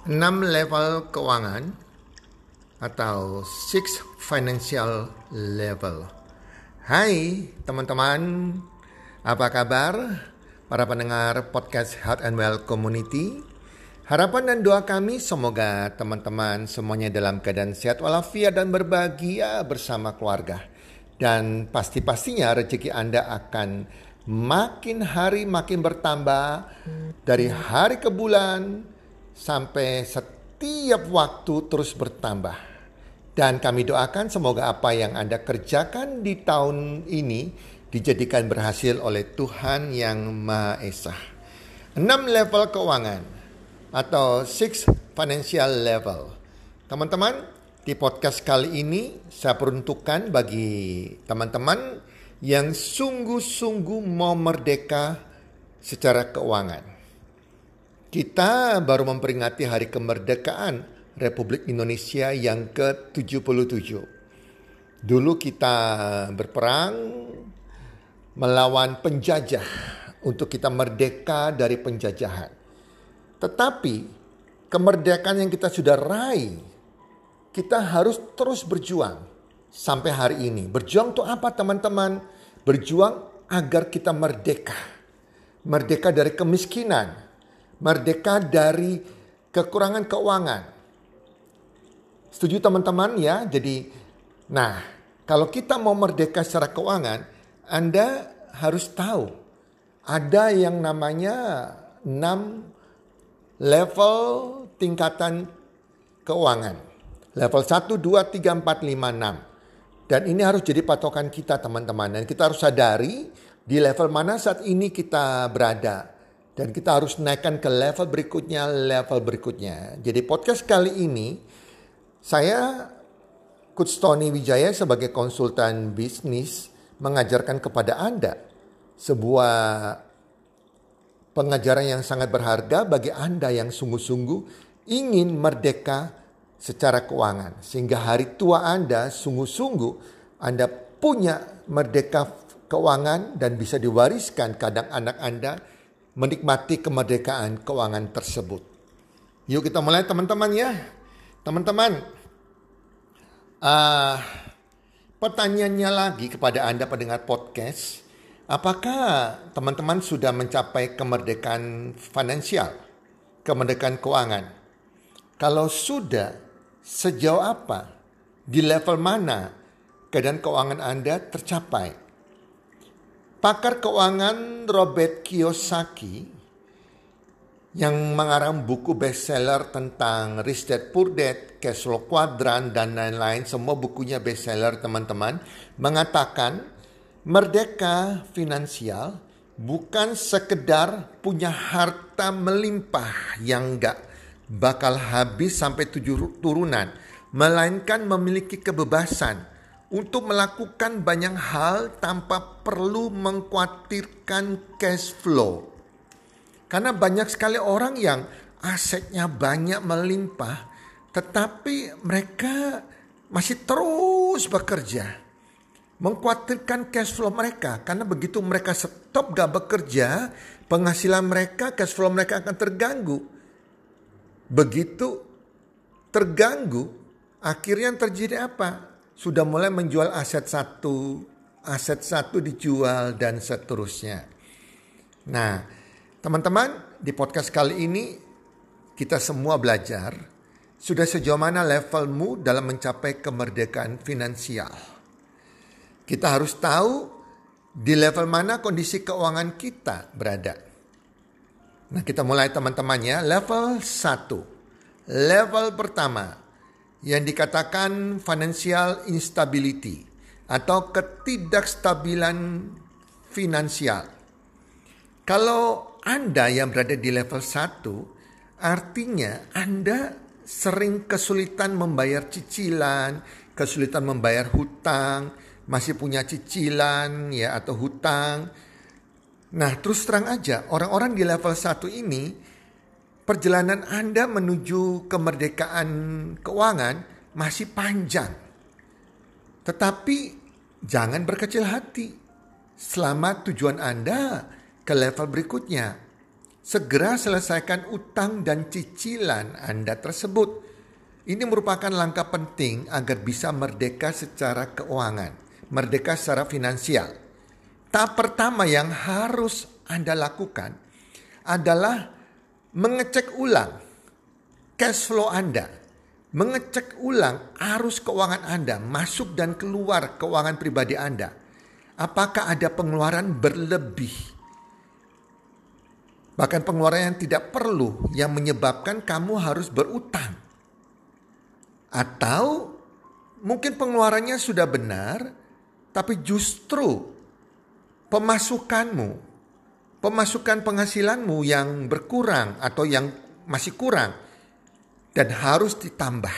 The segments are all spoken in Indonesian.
6 level keuangan atau 6 financial level. Hai teman-teman, apa kabar para pendengar podcast Health and Well Community? Harapan dan doa kami semoga teman-teman semuanya dalam keadaan sehat walafiat dan berbahagia bersama keluarga. Dan pasti-pastinya rezeki Anda akan makin hari makin bertambah dari hari ke bulan sampai setiap waktu terus bertambah. Dan kami doakan semoga apa yang Anda kerjakan di tahun ini dijadikan berhasil oleh Tuhan Yang Maha Esa. 6 level keuangan atau 6 financial level. Teman-teman, di podcast kali ini saya peruntukkan bagi teman-teman yang sungguh-sungguh mau merdeka secara keuangan. Kita baru memperingati hari kemerdekaan Republik Indonesia yang ke-77. Dulu kita berperang melawan penjajah untuk kita merdeka dari penjajahan. Tetapi kemerdekaan yang kita sudah raih, kita harus terus berjuang sampai hari ini. Berjuang untuk apa teman-teman? Berjuang agar kita merdeka. Merdeka dari kemiskinan. Merdeka dari kekurangan keuangan. Setuju teman-teman ya? Jadi, kalau kita mau merdeka secara keuangan, Anda harus tahu ada yang namanya 6 level tingkatan keuangan. Level 1, 2, 3, 4, 5, 6. Dan ini harus jadi patokan kita teman-teman. Dan kita harus sadari di level mana saat ini kita berada. Dan kita harus naikkan ke level berikutnya. Jadi podcast kali ini, saya Coach Tony Wijaya sebagai konsultan bisnis mengajarkan kepada Anda sebuah pengajaran yang sangat berharga bagi Anda yang sungguh-sungguh ingin merdeka secara keuangan. Sehingga hari tua Anda sungguh-sungguh Anda punya merdeka keuangan dan bisa diwariskan ke anak Anda menikmati kemerdekaan keuangan tersebut. Yuk kita mulai teman-teman ya. Teman-teman, pertanyaannya lagi kepada Anda pendengar podcast, apakah teman-teman sudah mencapai kemerdekaan finansial, kemerdekaan keuangan? Kalau sudah, sejauh apa, di level mana keadaan keuangan Anda tercapai? Pakar keuangan Robert Kiyosaki yang mengarang buku bestseller tentang Rich Dad Poor Dad, Cash Flow Quadrant, dan lain-lain, semua bukunya bestseller teman-teman, mengatakan merdeka finansial bukan sekedar punya harta melimpah yang gak bakal habis sampai 7 turunan, melainkan memiliki kebebasan untuk melakukan banyak hal tanpa perlu mengkhawatirkan cash flow. Karena banyak sekali orang yang asetnya banyak melimpah, tetapi mereka masih terus bekerja. Mengkhawatirkan cash flow mereka, karena begitu mereka stop gak bekerja, penghasilan mereka, cash flow mereka akan terganggu. Begitu terganggu, akhirnya yang terjadi apa? Sudah mulai menjual aset satu dijual dan seterusnya. Nah, teman-teman, di podcast kali ini kita semua belajar sudah sejauh mana levelmu dalam mencapai kemerdekaan finansial. Kita harus tahu di level mana kondisi keuangan kita berada. Nah, kita mulai teman-teman ya. Level 1. Level pertama yang dikatakan financial instability atau ketidakstabilan finansial. Kalau Anda yang berada di level 1, artinya Anda sering kesulitan membayar cicilan, kesulitan membayar hutang, masih punya cicilan ya atau hutang. Nah, terus terang aja, orang-orang di level 1 ini, perjalanan Anda menuju kemerdekaan keuangan masih panjang. Tetapi jangan berkecil hati selama tujuan Anda ke level berikutnya. Segera selesaikan utang dan cicilan Anda tersebut. Ini merupakan langkah penting agar bisa merdeka secara keuangan, merdeka secara finansial. Tahap pertama yang harus Anda lakukan adalah mengecek ulang cash flow Anda. Mengecek ulang arus keuangan Anda, masuk dan keluar keuangan pribadi Anda. Apakah ada pengeluaran berlebih? Bahkan pengeluaran yang tidak perlu yang menyebabkan kamu harus berutang. Atau mungkin pengeluarannya sudah benar, tapi justru pemasukan penghasilanmu yang berkurang atau yang masih kurang dan harus ditambah.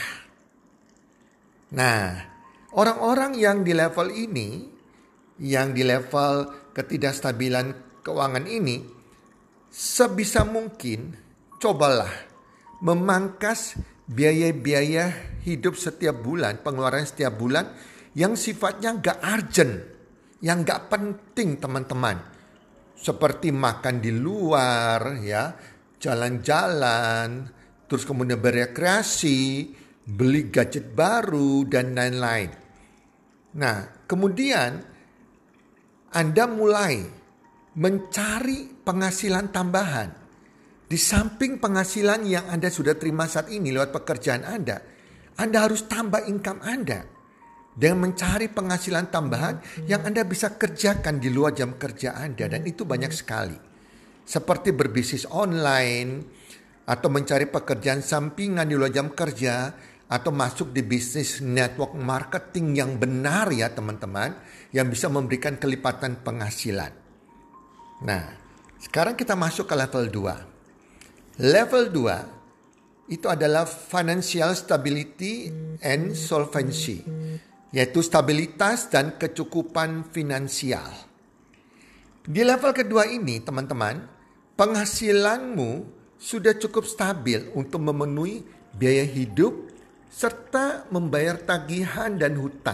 Nah, orang-orang yang di level ini, yang di level ketidakstabilan keuangan ini, sebisa mungkin cobalah memangkas biaya-biaya hidup setiap bulan, pengeluaran setiap bulan yang sifatnya gak urgent, yang gak penting teman-teman. Seperti makan di luar, ya, jalan-jalan, terus kemudian berekreasi, beli gadget baru, dan lain-lain. Nah, kemudian Anda mulai mencari penghasilan tambahan. Di samping penghasilan yang Anda sudah terima saat ini lewat pekerjaan Anda harus tambah income Anda. Dengan mencari penghasilan tambahan yang Anda bisa kerjakan di luar jam kerja Anda. Dan itu banyak sekali. Seperti berbisnis online, atau mencari pekerjaan sampingan di luar jam kerja, atau masuk di bisnis network marketing yang benar ya teman-teman, yang bisa memberikan kelipatan penghasilan. Nah, sekarang kita masuk ke level 2. Level 2 itu adalah financial stability and solvency, yaitu stabilitas dan kecukupan finansial. Di level kedua ini teman-teman, penghasilanmu sudah cukup stabil untuk memenuhi biaya hidup serta membayar tagihan dan hutang.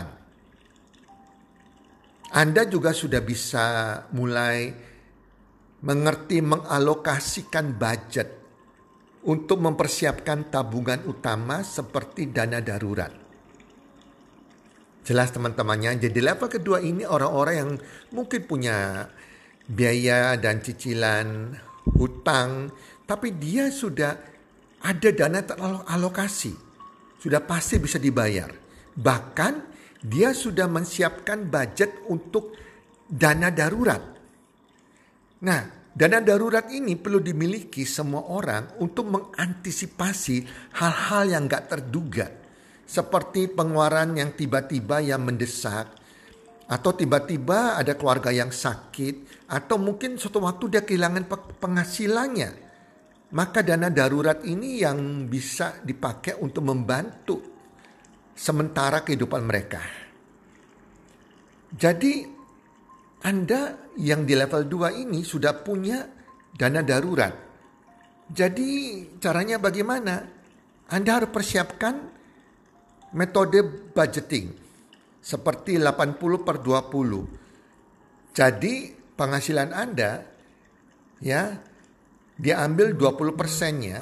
Anda juga sudah bisa mulai mengerti mengalokasikan budget untuk mempersiapkan tabungan utama seperti dana darurat. Jelas teman-temannya, jadi level kedua ini orang-orang yang mungkin punya biaya dan cicilan hutang, tapi dia sudah ada dana teralokasi, sudah pasti bisa dibayar. Bahkan dia sudah menyiapkan budget untuk dana darurat. Nah, dana darurat ini perlu dimiliki semua orang untuk mengantisipasi hal-hal yang gak terduga. Seperti pengeluaran yang tiba-tiba yang mendesak, atau tiba-tiba ada keluarga yang sakit, atau mungkin suatu waktu dia kehilangan penghasilannya. Maka dana darurat ini yang bisa dipakai untuk membantu sementara kehidupan mereka. Jadi Anda yang di level 2 ini sudah punya dana darurat. Jadi caranya bagaimana? Anda harus persiapkan metode budgeting seperti 80/20. Jadi penghasilan Anda ya diambil 20%-nya,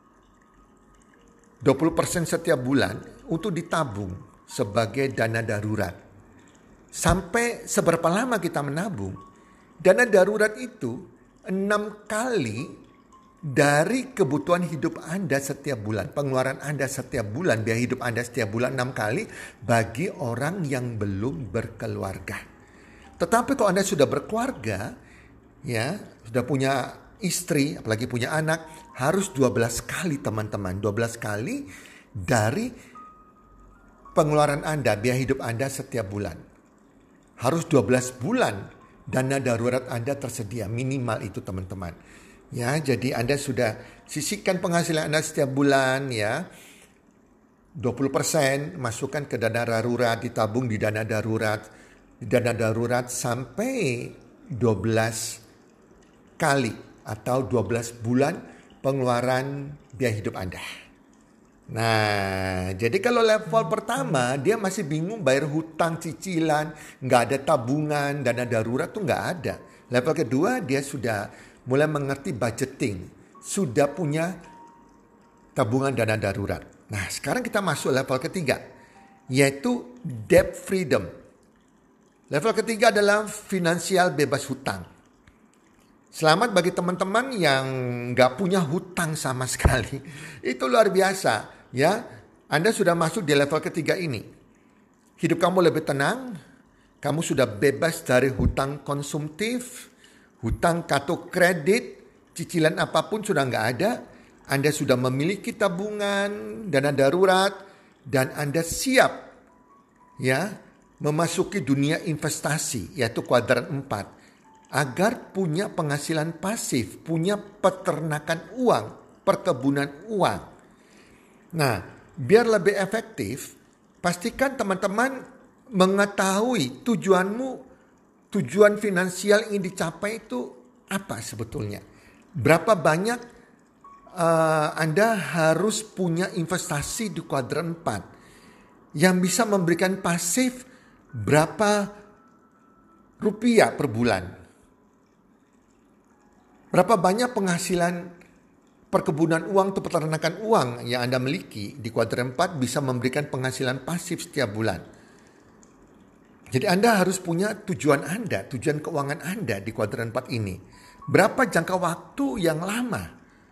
20% setiap bulan untuk ditabung sebagai dana darurat. Sampai seberapa lama kita menabung? Dana darurat itu 6 kali dari kebutuhan hidup Anda setiap bulan. Pengeluaran Anda setiap bulan, biaya hidup Anda setiap bulan 6 kali bagi orang yang belum berkeluarga. Tetapi kalau Anda sudah berkeluarga, ya sudah punya istri, apalagi punya anak, harus 12 kali teman-teman. 12 kali dari pengeluaran Anda, biaya hidup Anda setiap bulan. Harus 12 bulan dana darurat Anda tersedia, minimal itu teman-teman. Ya, jadi Anda sudah sisihkan penghasilan Anda setiap bulan ya. 20% masukkan ke dana darurat, ditabung di dana darurat. Di dana darurat sampai 12 kali atau 12 bulan pengeluaran biaya hidup Anda. Nah, jadi kalau level pertama dia masih bingung bayar hutang, cicilan, nggak ada tabungan, dana darurat tuh nggak ada. Level kedua dia sudah mulai mengerti budgeting, sudah punya tabungan dana darurat. Nah, sekarang kita masuk level ketiga, yaitu debt freedom. Level ketiga adalah finansial bebas hutang. Selamat bagi teman-teman yang nggak punya hutang sama sekali. Itu luar biasa, ya. Anda sudah masuk di level ketiga ini. Hidup kamu lebih tenang, kamu sudah bebas dari hutang konsumtif, hutang kartu kredit, cicilan apapun sudah nggak ada. Anda sudah memiliki tabungan, dana darurat, dan Anda siap ya memasuki dunia investasi, yaitu kuadran 4. Agar punya penghasilan pasif, punya peternakan uang, perkebunan uang. Nah, biar lebih efektif, pastikan teman-teman mengetahui tujuan finansial yang ingin dicapai itu apa sebetulnya. Berapa banyak Anda harus punya investasi di kuadran 4 yang bisa memberikan pasif berapa rupiah per bulan. Berapa banyak penghasilan perkebunan uang atau peternakan uang yang Anda miliki di kuadran 4 bisa memberikan penghasilan pasif setiap bulan. Jadi Anda harus punya tujuan keuangan Anda di kuadran 4 ini. Berapa jangka waktu yang lama?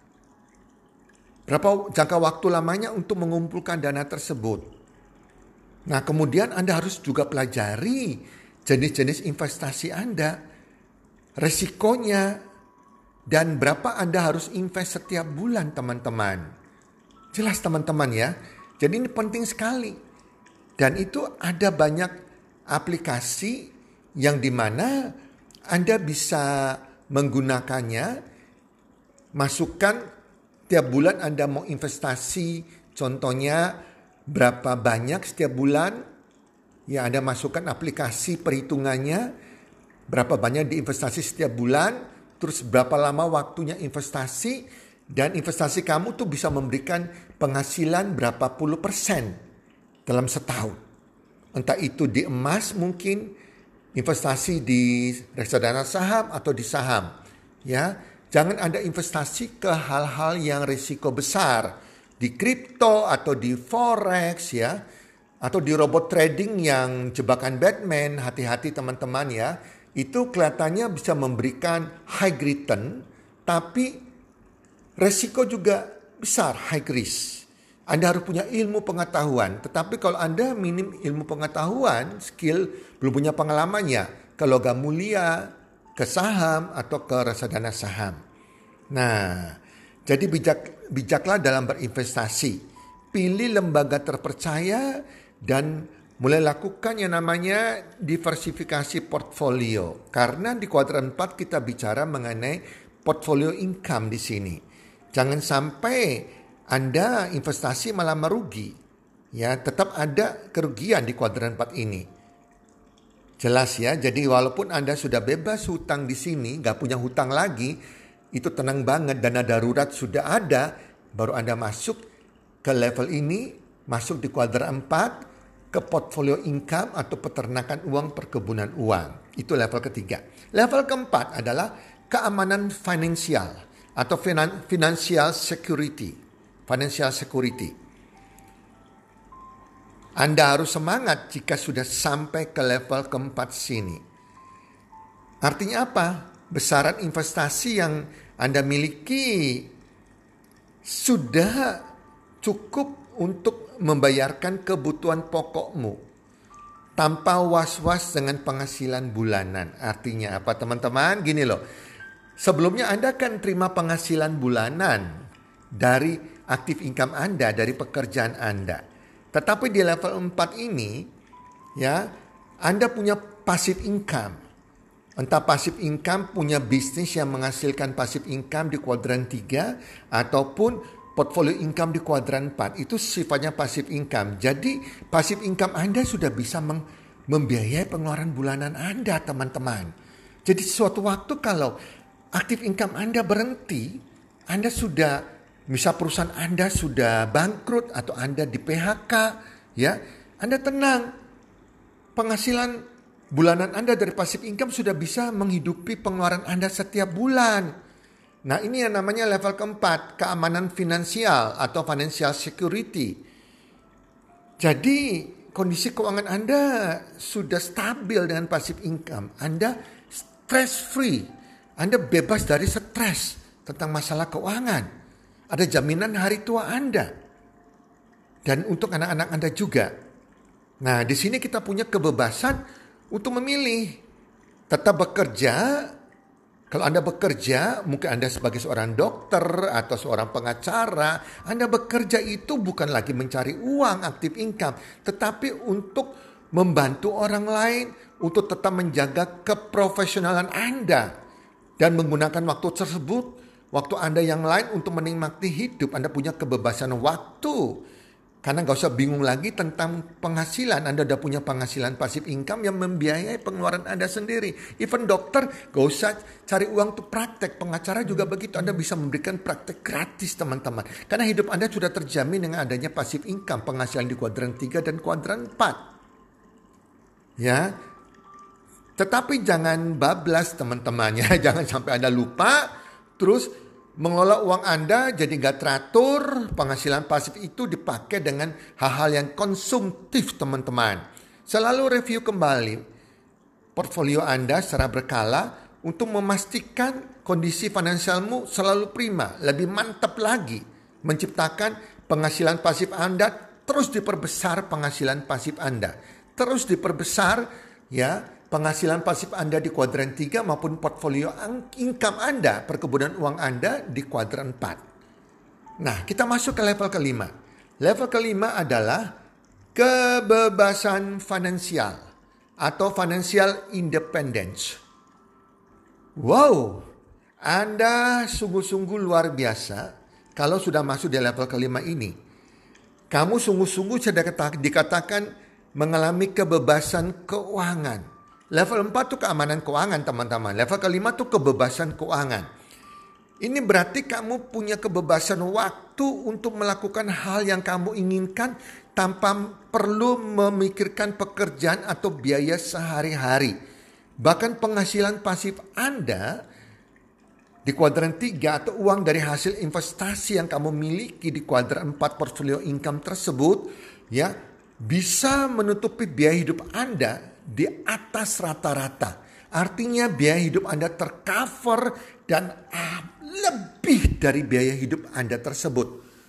Berapa jangka waktu lamanya untuk mengumpulkan dana tersebut? Nah, kemudian Anda harus juga pelajari jenis-jenis investasi Anda, resikonya, dan berapa Anda harus invest setiap bulan teman-teman. Jelas teman-teman ya. Jadi ini penting sekali. Dan itu ada banyak aplikasi yang dimana Anda bisa menggunakannya. Masukkan tiap bulan Anda mau investasi. Contohnya berapa banyak setiap bulan. Ya Anda masukkan aplikasi perhitungannya. Berapa banyak diinvestasi setiap bulan. Terus berapa lama waktunya investasi, dan investasi kamu tuh bisa memberikan penghasilan berapa puluh persen dalam setahun. Entah itu di emas mungkin, investasi di reksadana saham atau di saham. Ya, jangan Anda investasi ke hal-hal yang risiko besar, di kripto atau di forex ya, atau di robot trading yang jebakan Batman. Hati-hati teman-teman ya. Itu kelihatannya bisa memberikan high return, tapi resiko juga besar, high risk. Anda harus punya ilmu pengetahuan, tetapi kalau Anda minim ilmu pengetahuan, skill, belum punya pengalamannya, ke logam mulia, ke saham, atau ke reksadana saham. Nah, jadi bijaklah dalam berinvestasi. Pilih lembaga terpercaya dan mulai lakukan yang namanya diversifikasi portfolio. Karena di kuadran 4 kita bicara mengenai portfolio income di sini. Jangan sampai Anda investasi malah merugi. Ya, tetap ada kerugian di kuadran 4 ini. Jelas ya, jadi walaupun Anda sudah bebas hutang di sini, gak punya hutang lagi, itu tenang banget, dana darurat sudah ada, baru Anda masuk ke level ini, masuk di kuadran 4, ke portfolio income atau peternakan uang, perkebunan uang. Itu level ketiga. Level keempat adalah keamanan finansial atau financial security. Financial security. Anda harus semangat jika sudah sampai ke level keempat sini. Artinya apa? Besaran investasi yang Anda miliki sudah cukup untuk membayarkan kebutuhan pokokmu tanpa was-was dengan penghasilan bulanan. Artinya apa teman-teman? Gini loh, sebelumnya Anda kan terima penghasilan bulanan dari aktif income Anda, dari pekerjaan Anda. Tetapi di level 4 ini, ya, Anda punya passive income. Entah passive income punya bisnis yang menghasilkan passive income di kuadran 3 ataupun portfolio income di kuadran 4 itu sifatnya passive income. Jadi passive income Anda sudah bisa membiayai pengeluaran bulanan Anda, teman-teman. Jadi suatu waktu kalau aktif income Anda berhenti, Anda sudah, misal perusahaan Anda sudah bangkrut atau Anda di PHK, ya, Anda tenang. Penghasilan bulanan Anda dari passive income sudah bisa menghidupi pengeluaran Anda setiap bulan. Nah, ini yang namanya level keempat, keamanan finansial atau financial security. Jadi, kondisi keuangan Anda sudah stabil dengan passive income. Anda stress free. Anda bebas dari stres tentang masalah keuangan. Ada jaminan hari tua Anda. Dan untuk anak-anak Anda juga. Nah, di sini kita punya kebebasan untuk memilih. Tetap bekerja. Kalau Anda bekerja, mungkin Anda sebagai seorang dokter atau seorang pengacara, Anda bekerja itu bukan lagi mencari uang, active income, tetapi untuk membantu orang lain, untuk tetap menjaga keprofesionalan Anda. Dan menggunakan waktu tersebut, waktu Anda yang lain untuk menikmati hidup. Anda punya kebebasan waktu. Karena gak usah bingung lagi tentang penghasilan. Anda udah punya penghasilan pasif income yang membiayai pengeluaran Anda sendiri. Even dokter gak usah cari uang untuk praktek. Pengacara juga begitu. Anda bisa memberikan praktek gratis teman-teman. Karena hidup Anda sudah terjamin dengan adanya pasif income. Penghasilan di kuadran 3 dan kuadran 4. Ya. Tetapi jangan bablas teman-temannya. Jangan sampai Anda lupa. Terus mengelola uang Anda jadi gak teratur, penghasilan pasif itu dipakai dengan hal-hal yang konsumtif teman-teman. Selalu review kembali portfolio Anda secara berkala untuk memastikan kondisi finansialmu selalu prima, lebih mantap lagi. Menciptakan penghasilan pasif Anda, terus diperbesar penghasilan pasif Anda. Terus diperbesar ya. Penghasilan pasif Anda di kuadran 3 maupun portfolio income Anda, perkebunan uang Anda di kuadran 4. Nah, kita masuk ke level kelima. Level kelima adalah kebebasan finansial atau financial independence. Wow, Anda sungguh-sungguh luar biasa kalau sudah masuk di level kelima ini. Kamu sungguh-sungguh sudah dikatakan mengalami kebebasan keuangan. Level 4 itu keamanan keuangan teman-teman. Level kelima itu kebebasan keuangan. Ini berarti kamu punya kebebasan waktu untuk melakukan hal yang kamu inginkan tanpa perlu memikirkan pekerjaan atau biaya sehari-hari. Bahkan penghasilan pasif Anda di kuadran 3 atau uang dari hasil investasi yang kamu miliki di kuadran 4 portfolio income tersebut ya bisa menutupi biaya hidup Anda di atas rata-rata. Artinya biaya hidup Anda tercover dan lebih dari biaya hidup Anda tersebut.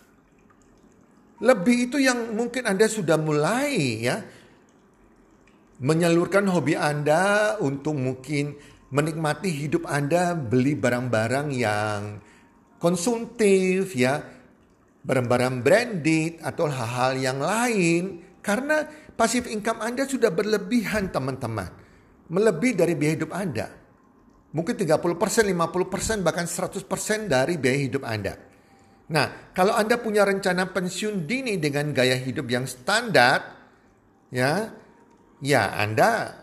Lebih itu yang mungkin Anda sudah mulai ya menyalurkan hobi Anda untuk mungkin menikmati hidup Anda, beli barang-barang yang konsumtif ya, barang-barang branded atau hal-hal yang lain. Karena passive income Anda sudah berlebihan teman-teman. Melebihi dari biaya hidup Anda. Mungkin 30%, 50%, bahkan 100% dari biaya hidup Anda. Nah, kalau Anda punya rencana pensiun dini dengan gaya hidup yang standar, ya Anda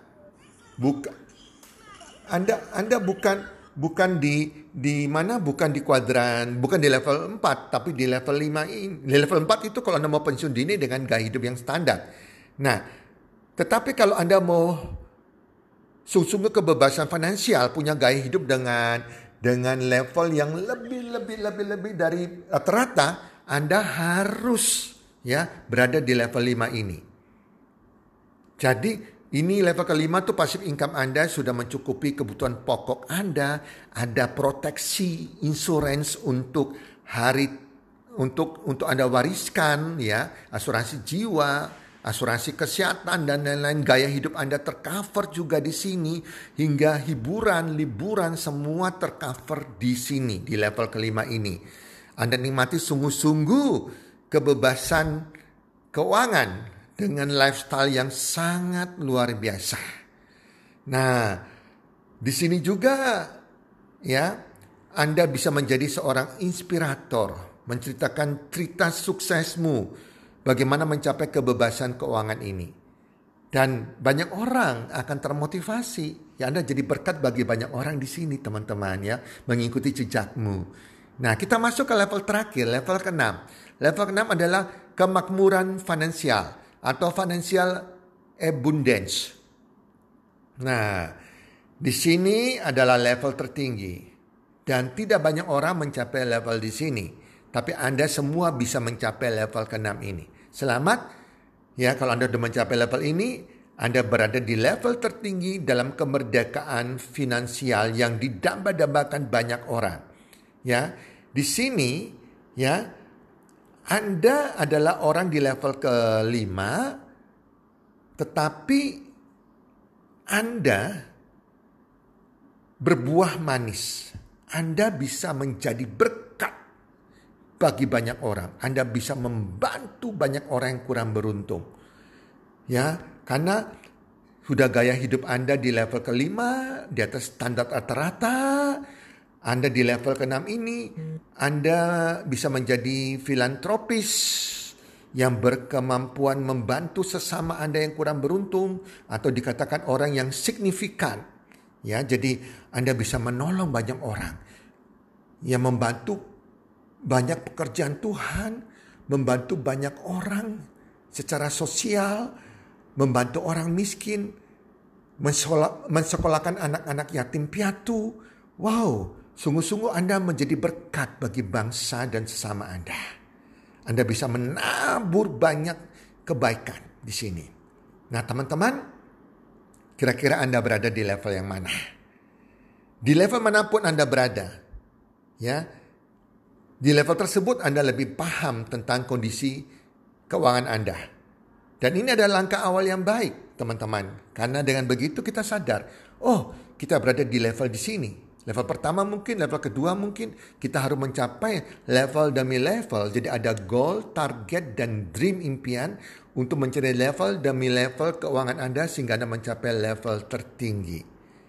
bukan di mana, bukan di kuadran, bukan di level 4, tapi di level 5 ini. Di level 4 itu kalau Anda mau pensiun dini dengan gaya hidup yang standar. Nah, tetapi kalau Anda mau sungguh kebebasan finansial, punya gaya hidup dengan level yang lebih dari rata-rata, Anda harus ya berada di level 5 ini. Jadi ini level kelima tuh passive income Anda sudah mencukupi kebutuhan pokok Anda, ada proteksi insurance untuk untuk Anda wariskan ya, asuransi jiwa, asuransi kesehatan dan lain-lain. Gaya hidup Anda tercover juga di sini, hingga hiburan, liburan semua tercover di sini di level kelima ini. Anda nikmati sungguh-sungguh kebebasan keuangan dengan lifestyle yang sangat luar biasa. Nah, di sini juga ya Anda bisa menjadi seorang inspirator, menceritakan cerita suksesmu, bagaimana mencapai kebebasan keuangan ini. Dan banyak orang akan termotivasi. Ya, Anda jadi berkat bagi banyak orang di sini teman-teman ya, mengikuti jejakmu. Nah, kita masuk ke level terakhir, level ke-6. Level ke-6 adalah kemakmuran finansial atau financial abundance. Nah, di sini adalah level tertinggi. Dan tidak banyak orang mencapai level di sini. Tapi Anda semua bisa mencapai level ke-6 ini. Selamat ya, kalau Anda sudah mencapai level ini, Anda berada di level tertinggi dalam kemerdekaan finansial yang didamba-dambakan banyak orang. Ya, di sini ya, Anda adalah orang di level ke-5, tetapi Anda berbuah manis. Anda bisa menjadi berkat bagi banyak orang. Anda bisa membantu banyak orang yang kurang beruntung. Ya, karena sudah gaya hidup Anda di level ke-5, di atas standar rata-rata. Anda di level ke-6 ini, Anda bisa menjadi filantropis yang berkemampuan membantu sesama Anda yang kurang beruntung, atau dikatakan orang yang signifikan. Ya, jadi Anda bisa menolong banyak orang, yang membantu banyak pekerjaan Tuhan, membantu banyak orang secara sosial, membantu orang miskin, mensekolahkan anak-anak yatim piatu. Wow, sungguh-sungguh Anda menjadi berkat bagi bangsa dan sesama Anda. Anda bisa menabur banyak kebaikan di sini. Nah, teman-teman, kira-kira Anda berada di level yang mana? Di level manapun Anda berada, ya, di level tersebut Anda lebih paham tentang kondisi keuangan Anda. Dan ini adalah langkah awal yang baik, teman-teman. Karena dengan begitu kita sadar, oh, kita berada di level di sini. Level pertama mungkin, level kedua mungkin. Kita harus mencapai level demi level. Jadi ada goal, target, dan dream impian untuk mencari level demi level keuangan Anda sehingga Anda mencapai level tertinggi.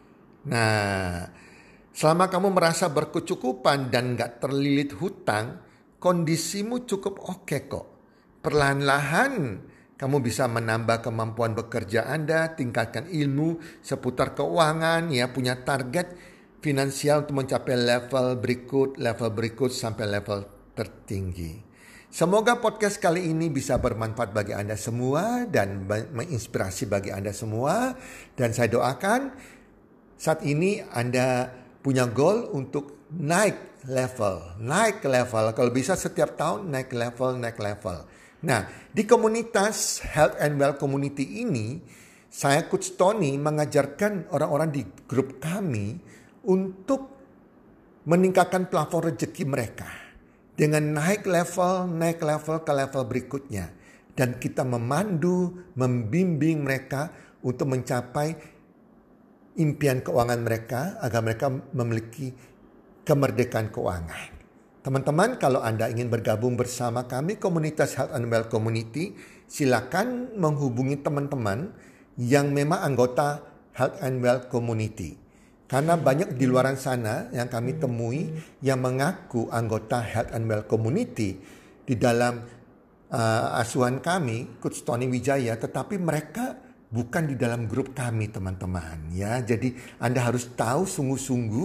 Nah, selama kamu merasa berkecukupan dan gak terlilit hutang, kondisimu cukup oke kok. Perlahan-lahan kamu bisa menambah kemampuan bekerja Anda, tingkatkan ilmu seputar keuangan, ya, punya target finansial untuk mencapai level berikut sampai level tertinggi. Semoga podcast kali ini bisa bermanfaat bagi Anda semua dan menginspirasi bagi Anda semua. Dan saya doakan saat ini Anda punya goal untuk naik level. Kalau bisa setiap tahun naik level. Nah, di komunitas Health and Wealth Community ini, saya Coach Tony mengajarkan orang-orang di grup kami untuk meningkatkan plafon rezeki mereka dengan naik level ke level berikutnya. Dan kita memandu, membimbing mereka untuk mencapai impian keuangan mereka agar mereka memiliki kemerdekaan keuangan. Teman-teman, kalau Anda ingin bergabung bersama kami komunitas Health and Wealth Community, silakan menghubungi teman-teman yang memang anggota Health and Wealth Community. Karena banyak di luar sana yang kami temui yang mengaku anggota Health and Wealth Community di dalam asuhan kami, Coach Tony Wijaya, tetapi mereka bukan di dalam grup kami, teman-teman. Ya, jadi Anda harus tahu sungguh-sungguh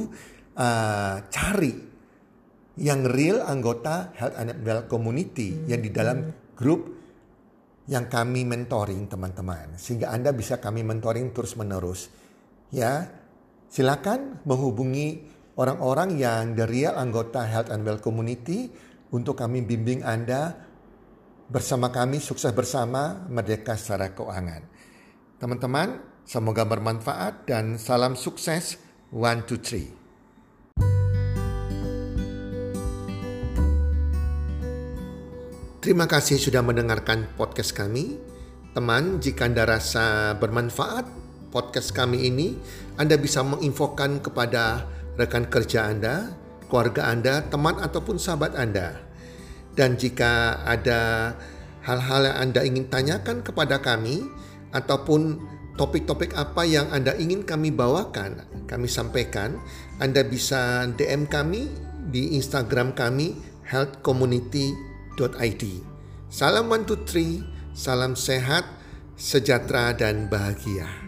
cari yang real anggota Health and Wealth Community yang di dalam grup yang kami mentoring, teman-teman. Sehingga Anda bisa kami mentoring terus-menerus. Ya, silakan menghubungi orang-orang yang the real anggota Health and Wealth Community untuk kami bimbing Anda bersama kami sukses bersama merdeka secara keuangan. Teman-teman, semoga bermanfaat dan salam sukses 1, 2, 3. Terima kasih sudah mendengarkan podcast kami. Teman, jika Anda rasa bermanfaat podcast kami ini, Anda bisa menginfokan kepada rekan kerja Anda, keluarga Anda, teman ataupun sahabat Anda. Dan jika ada hal-hal yang Anda ingin tanyakan kepada kami, ataupun topik-topik apa yang Anda ingin kami bawakan, kami sampaikan, Anda bisa DM kami di Instagram kami, healthcommunity.id. Salam 1, 2, 3, salam sehat, sejahtera dan bahagia.